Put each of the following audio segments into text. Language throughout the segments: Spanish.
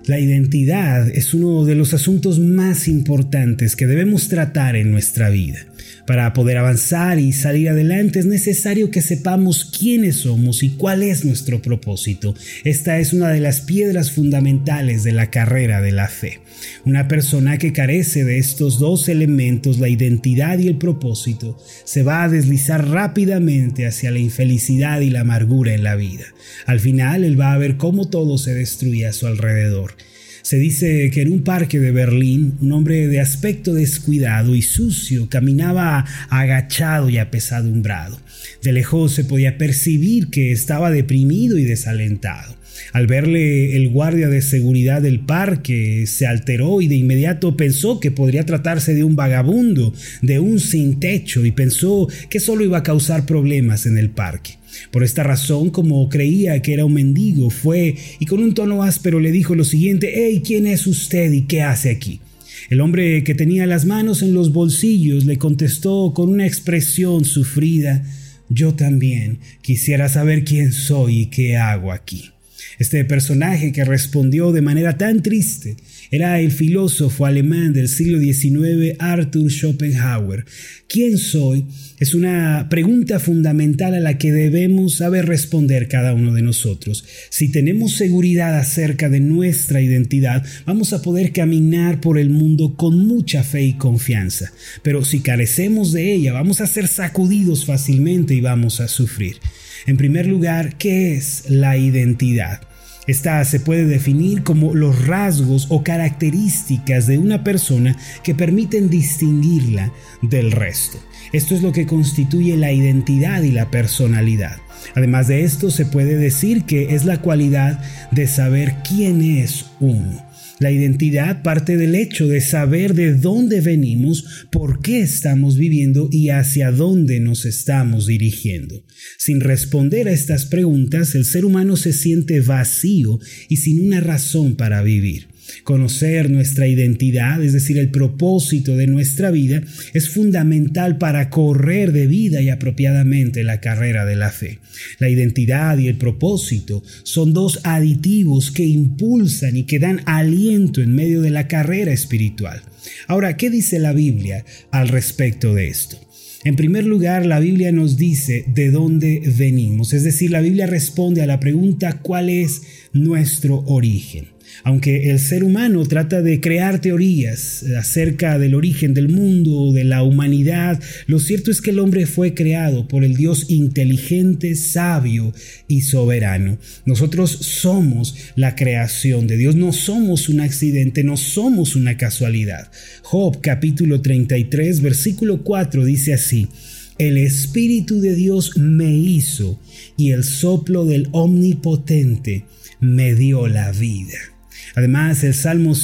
La identidad es uno de los asuntos más importantes que debemos tratar en nuestra vida. Para poder avanzar y salir adelante es necesario que sepamos quiénes somos y cuál es nuestro propósito. Esta es una de las piedras fundamentales de la carrera de la fe. Una persona que carece de estos dos elementos, la identidad y el propósito, se va a deslizar rápidamente hacia la infelicidad y la amargura en la vida. Al final, él va a ver cómo todo se destruye a su alrededor. Se dice que en un parque de Berlín, un hombre de aspecto descuidado y sucio caminaba agachado y apesadumbrado. De lejos se podía percibir que estaba deprimido y desalentado. Al verle, el guardia de seguridad del parque se alteró y de inmediato pensó que podría tratarse de un vagabundo, de un sin techo, y pensó que solo iba a causar problemas en el parque. Por esta razón, como creía que era un mendigo, fue y con un tono áspero le dijo lo siguiente: «Hey, ¿quién es usted y qué hace aquí?». El hombre, que tenía las manos en los bolsillos, le contestó con una expresión sufrida: «Yo también quisiera saber quién soy y qué hago aquí». Este personaje, que respondió de manera tan triste, era el filósofo alemán del siglo XIX Arthur Schopenhauer. ¿Quién soy? Es una pregunta fundamental a la que debemos saber responder cada uno de nosotros. Si tenemos seguridad acerca de nuestra identidad, vamos a poder caminar por el mundo con mucha fe y confianza. Pero si carecemos de ella, vamos a ser sacudidos fácilmente y vamos a sufrir. En primer lugar, ¿qué es la identidad? Esta se puede definir como los rasgos o características de una persona que permiten distinguirla del resto. Esto es lo que constituye la identidad y la personalidad. Además de esto, se puede decir que es la cualidad de saber quién es uno. La identidad parte del hecho de saber de dónde venimos, por qué estamos viviendo y hacia dónde nos estamos dirigiendo. Sin responder a estas preguntas, el ser humano se siente vacío y sin una razón para vivir. Conocer nuestra identidad, es decir, el propósito de nuestra vida, es fundamental para correr de vida y apropiadamente la carrera de la fe. La identidad y el propósito son dos aditivos que impulsan y que dan aliento en medio de la carrera espiritual. Ahora, ¿qué dice la Biblia al respecto de esto? En primer lugar, la Biblia nos dice de dónde venimos, es decir, la Biblia responde a la pregunta ¿cuál es nuestro origen? Aunque el ser humano trata de crear teorías acerca del origen del mundo, de la humanidad, lo cierto es que el hombre fue creado por el Dios inteligente, sabio y soberano. Nosotros somos la creación de Dios, no somos un accidente, no somos una casualidad. Job capítulo 33, versículo 4 dice así: «El Espíritu de Dios me hizo y el soplo del Omnipotente me dio la vida». Además, el Salmo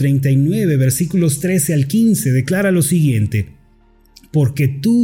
139, versículos 13 al 15, declara lo siguiente: «Porque tú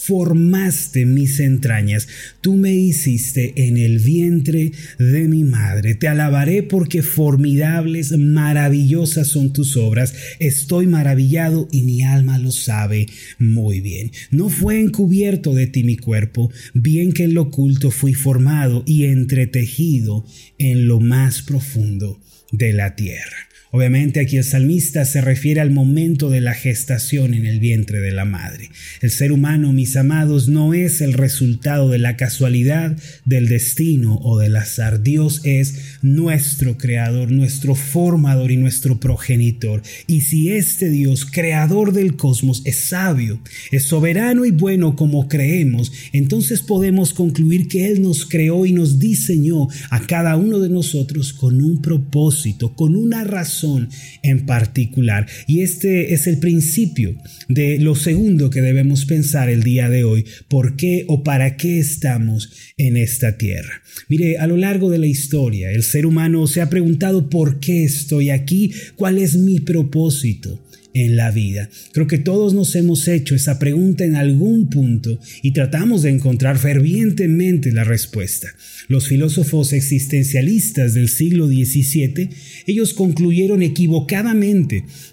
formaste mis entrañas, tú me hiciste en el vientre de mi madre. Te alabaré porque formidables, maravillosas son tus obras. Estoy maravillado y mi alma lo sabe muy bien. No fue encubierto de ti mi cuerpo, bien que en lo oculto fui formado y entretejido en lo más profundo de la tierra». Obviamente aquí el salmista se refiere al momento de la gestación en el vientre de la madre. El ser humano, mis amados, no es el resultado de la casualidad, del destino o del azar. Dios es nuestro creador, nuestro formador y nuestro progenitor. Y si este Dios, creador del cosmos, es sabio, es soberano y bueno como creemos, entonces podemos concluir que Él nos creó y nos diseñó a cada uno de nosotros con un propósito, con una razón en particular. Y este es el principio de lo segundo que debemos pensar el día de hoy: ¿por qué o para qué estamos en esta tierra? Mire, a lo largo de la historia, el ser humano se ha preguntado ¿por qué estoy aquí? ¿Cuál es mi propósito en la vida? Creo que todos nos hemos hecho esa pregunta en algún punto y tratamos de encontrar fervientemente la respuesta. Los filósofos existencialistas del siglo XVII, ellos concluyeron equivocadamente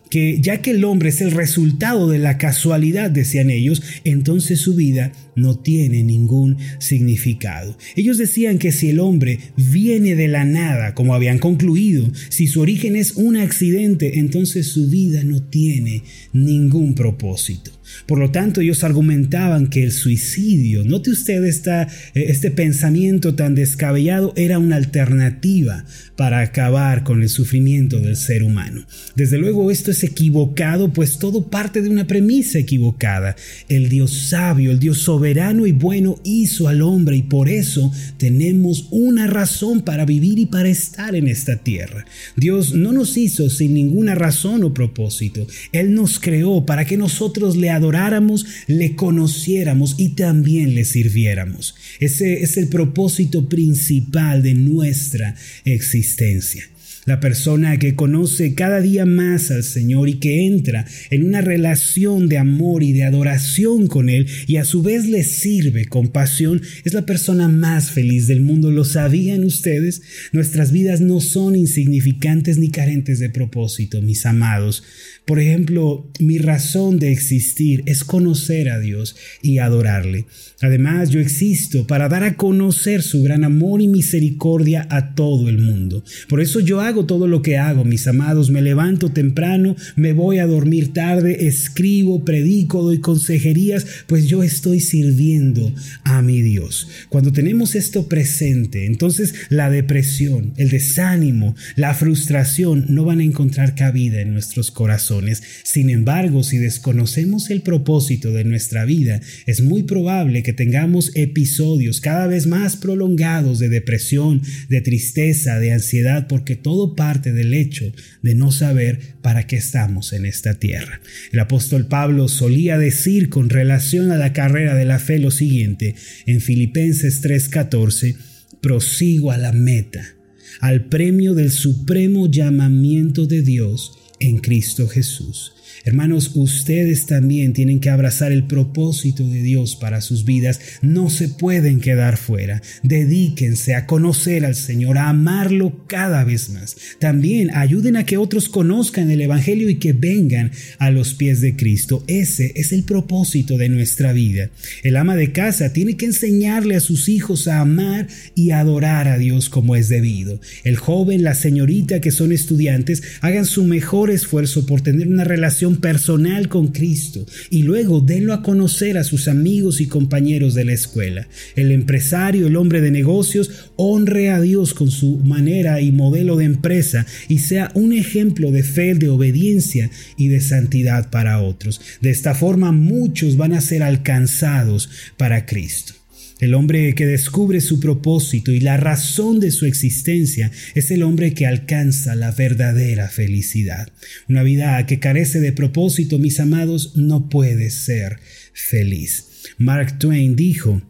que ya que el hombre es el resultado de la casualidad, decían ellos, entonces su vida no tiene ningún significado. Ellos decían que si el hombre viene de la nada, como habían concluido, si su origen es un accidente, entonces su vida no tiene ningún propósito. Por lo tanto, ellos argumentaban que el suicidio, note usted este pensamiento tan descabellado, era una alternativa para acabar con el sufrimiento del ser humano. Desde luego esto es equivocado, pues todo parte de una premisa equivocada. El Dios sabio, el Dios soberano y bueno hizo al hombre y por eso tenemos una razón para vivir y para estar en esta tierra. Dios no nos hizo sin ninguna razón o propósito. Él nos creó para que nosotros le adoráramos, le conociéramos y también le sirviéramos. Ese es el propósito principal de nuestra existencia. La persona que conoce cada día más al Señor y que entra en una relación de amor y de adoración con Él y a su vez le sirve con pasión es la persona más feliz del mundo. ¿Lo sabían ustedes? Nuestras vidas no son insignificantes ni carentes de propósito, mis amados. Por ejemplo, mi razón de existir es conocer a Dios y adorarle. Además, yo existo para dar a conocer su gran amor y misericordia a todo el mundo. Por eso yo hago todo lo que hago, mis amados. Me levanto temprano, me voy a dormir tarde, escribo, predico, doy consejerías, pues yo estoy sirviendo a mi Dios. Cuando tenemos esto presente, entonces la depresión, el desánimo, la frustración no van a encontrar cabida en nuestros corazones. Sin embargo, si desconocemos el propósito de nuestra vida, es muy probable que tengamos episodios cada vez más prolongados de depresión, de tristeza, de ansiedad, porque todo parte del hecho de no saber para qué estamos en esta tierra. El apóstol Pablo solía decir con relación a la carrera de la fe lo siguiente en Filipenses 3:14: prosigo a la meta, al premio del supremo llamamiento de Dios en Cristo Jesús. Hermanos, ustedes también tienen que abrazar el propósito de Dios para sus vidas. No se pueden quedar fuera. Dedíquense a conocer al Señor, a amarlo cada vez más. También ayuden a que otros conozcan el Evangelio y que vengan a los pies de Cristo. Ese es el propósito de nuestra vida. El ama de casa tiene que enseñarle a sus hijos a amar y adorar a Dios como es debido. El joven, la señorita que son estudiantes, hagan su mejor esfuerzo por tener una relación personal con Cristo y luego denlo a conocer a sus amigos y compañeros de la escuela. El empresario, el hombre de negocios, honre a Dios con su manera y modelo de empresa y sea un ejemplo de fe, de obediencia y de santidad para otros. De esta forma muchos van a ser alcanzados para Cristo. El hombre que descubre su propósito y la razón de su existencia es el hombre que alcanza la verdadera felicidad. Una vida que carece de propósito, mis amados, no puede ser feliz. Mark Twain dijo: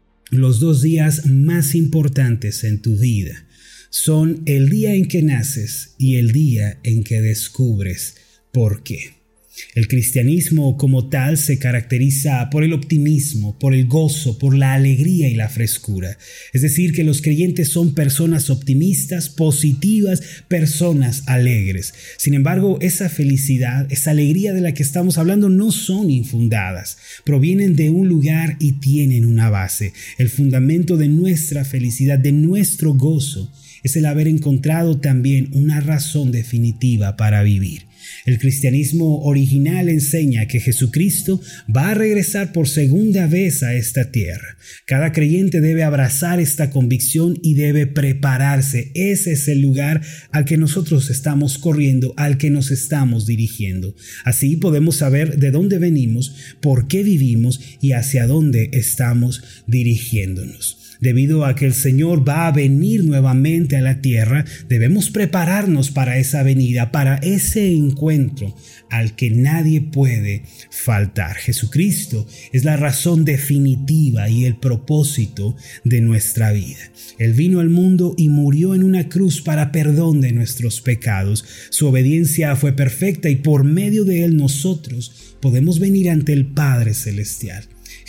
los 2 días más importantes en tu vida son el día en que naces y el día en que descubres por qué. El cristianismo como tal se caracteriza por el optimismo, por el gozo, por la alegría y la frescura. Es decir, que los creyentes son personas optimistas, positivas, personas alegres. Sin embargo, esa felicidad, esa alegría de la que estamos hablando no son infundadas. Provienen de un lugar y tienen una base. El fundamento de nuestra felicidad, de nuestro gozo, es el haber encontrado también una razón definitiva para vivir. El cristianismo original enseña que Jesucristo va a regresar por segunda vez a esta tierra. Cada creyente debe abrazar esta convicción y debe prepararse. Ese es el lugar al que nosotros estamos corriendo, al que nos estamos dirigiendo. Así podemos saber de dónde venimos, por qué vivimos y hacia dónde estamos dirigiéndonos. Debido a que el Señor va a venir nuevamente a la tierra, debemos prepararnos para esa venida, para ese encuentro al que nadie puede faltar. Jesucristo es la razón definitiva y el propósito de nuestra vida. Él vino al mundo y murió en una cruz para perdón de nuestros pecados. Su obediencia fue perfecta y por medio de Él nosotros podemos venir ante el Padre Celestial.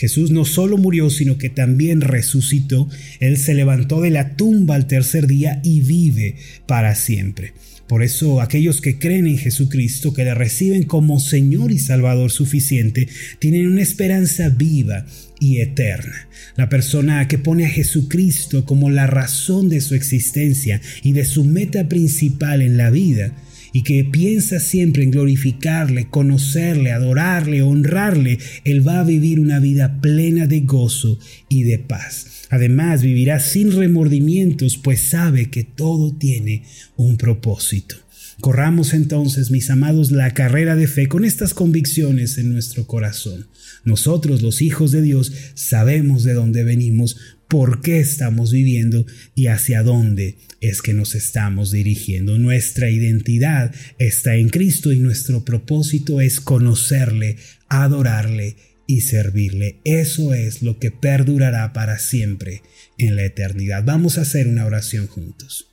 Jesús no solo murió, sino que también resucitó. Él se levantó de la tumba al tercer día y vive para siempre. Por eso aquellos que creen en Jesucristo, que le reciben como Señor y Salvador suficiente, tienen una esperanza viva y eterna. La persona que pone a Jesucristo como la razón de su existencia y de su meta principal en la vida, y que piensa siempre en glorificarle, conocerle, adorarle, honrarle, él va a vivir una vida plena de gozo y de paz. Además, vivirá sin remordimientos, pues sabe que todo tiene un propósito. Corramos entonces, mis amados, la carrera de fe con estas convicciones en nuestro corazón. Nosotros, los hijos de Dios, sabemos de dónde venimos, por qué estamos viviendo y hacia dónde es que nos estamos dirigiendo. Nuestra identidad está en Cristo y nuestro propósito es conocerle, adorarle y servirle. Eso es lo que perdurará para siempre en la eternidad. Vamos a hacer una oración juntos.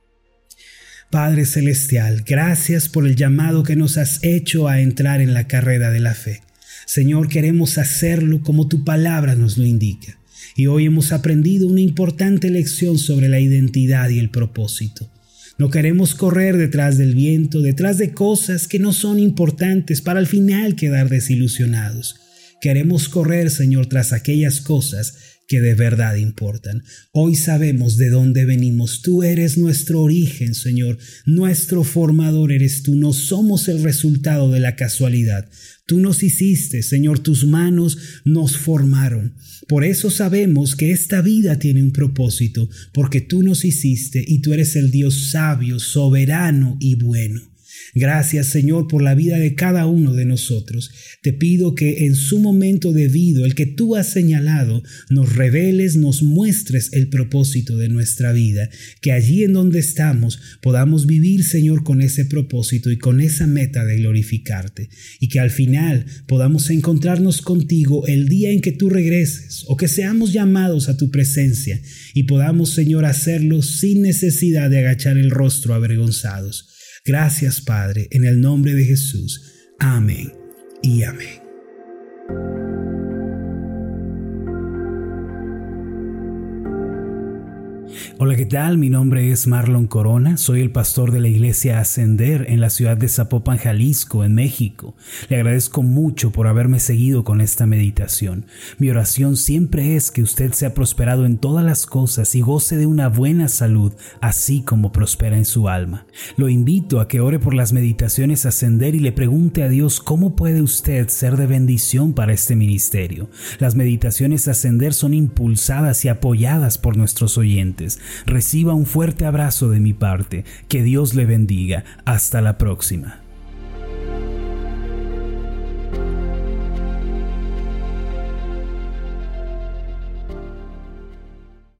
Padre Celestial, gracias por el llamado que nos has hecho a entrar en la carrera de la fe. Señor, queremos hacerlo como tu palabra nos lo indica. Y hoy hemos aprendido una importante lección sobre la identidad y el propósito. No queremos correr detrás del viento, detrás de cosas que no son importantes para al final quedar desilusionados. Queremos correr, Señor, tras aquellas cosas que de verdad importan. Hoy sabemos de dónde venimos. Tú eres nuestro origen, Señor. Nuestro formador eres tú. No somos el resultado de la casualidad. Tú nos hiciste, Señor. Tus manos nos formaron. Por eso sabemos que esta vida tiene un propósito, porque tú nos hiciste y tú eres el Dios sabio, soberano y bueno. Gracias, Señor, por la vida de cada uno de nosotros. Te pido que en su momento debido, el que tú has señalado, nos reveles, nos muestres el propósito de nuestra vida, que allí en donde estamos podamos vivir, Señor, con ese propósito y con esa meta de glorificarte, y que al final podamos encontrarnos contigo el día en que tú regreses, o que seamos llamados a tu presencia y podamos, Señor, hacerlo sin necesidad de agachar el rostro avergonzados. Gracias, Padre, en el nombre de Jesús. Amén y amén. Hola, ¿qué tal? Mi nombre es Marlon Corona, soy el pastor de la iglesia Ascender en la ciudad de Zapopan, Jalisco, en México. Le agradezco mucho por haberme seguido con esta meditación. Mi oración siempre es que usted sea prosperado en todas las cosas y goce de una buena salud, así como prospera en su alma. Lo invito a que ore por las meditaciones Ascender y le pregunte a Dios cómo puede usted ser de bendición para este ministerio. Las meditaciones Ascender son impulsadas y apoyadas por nuestros oyentes. Reciba un fuerte abrazo de mi parte. Que Dios le bendiga. Hasta la próxima.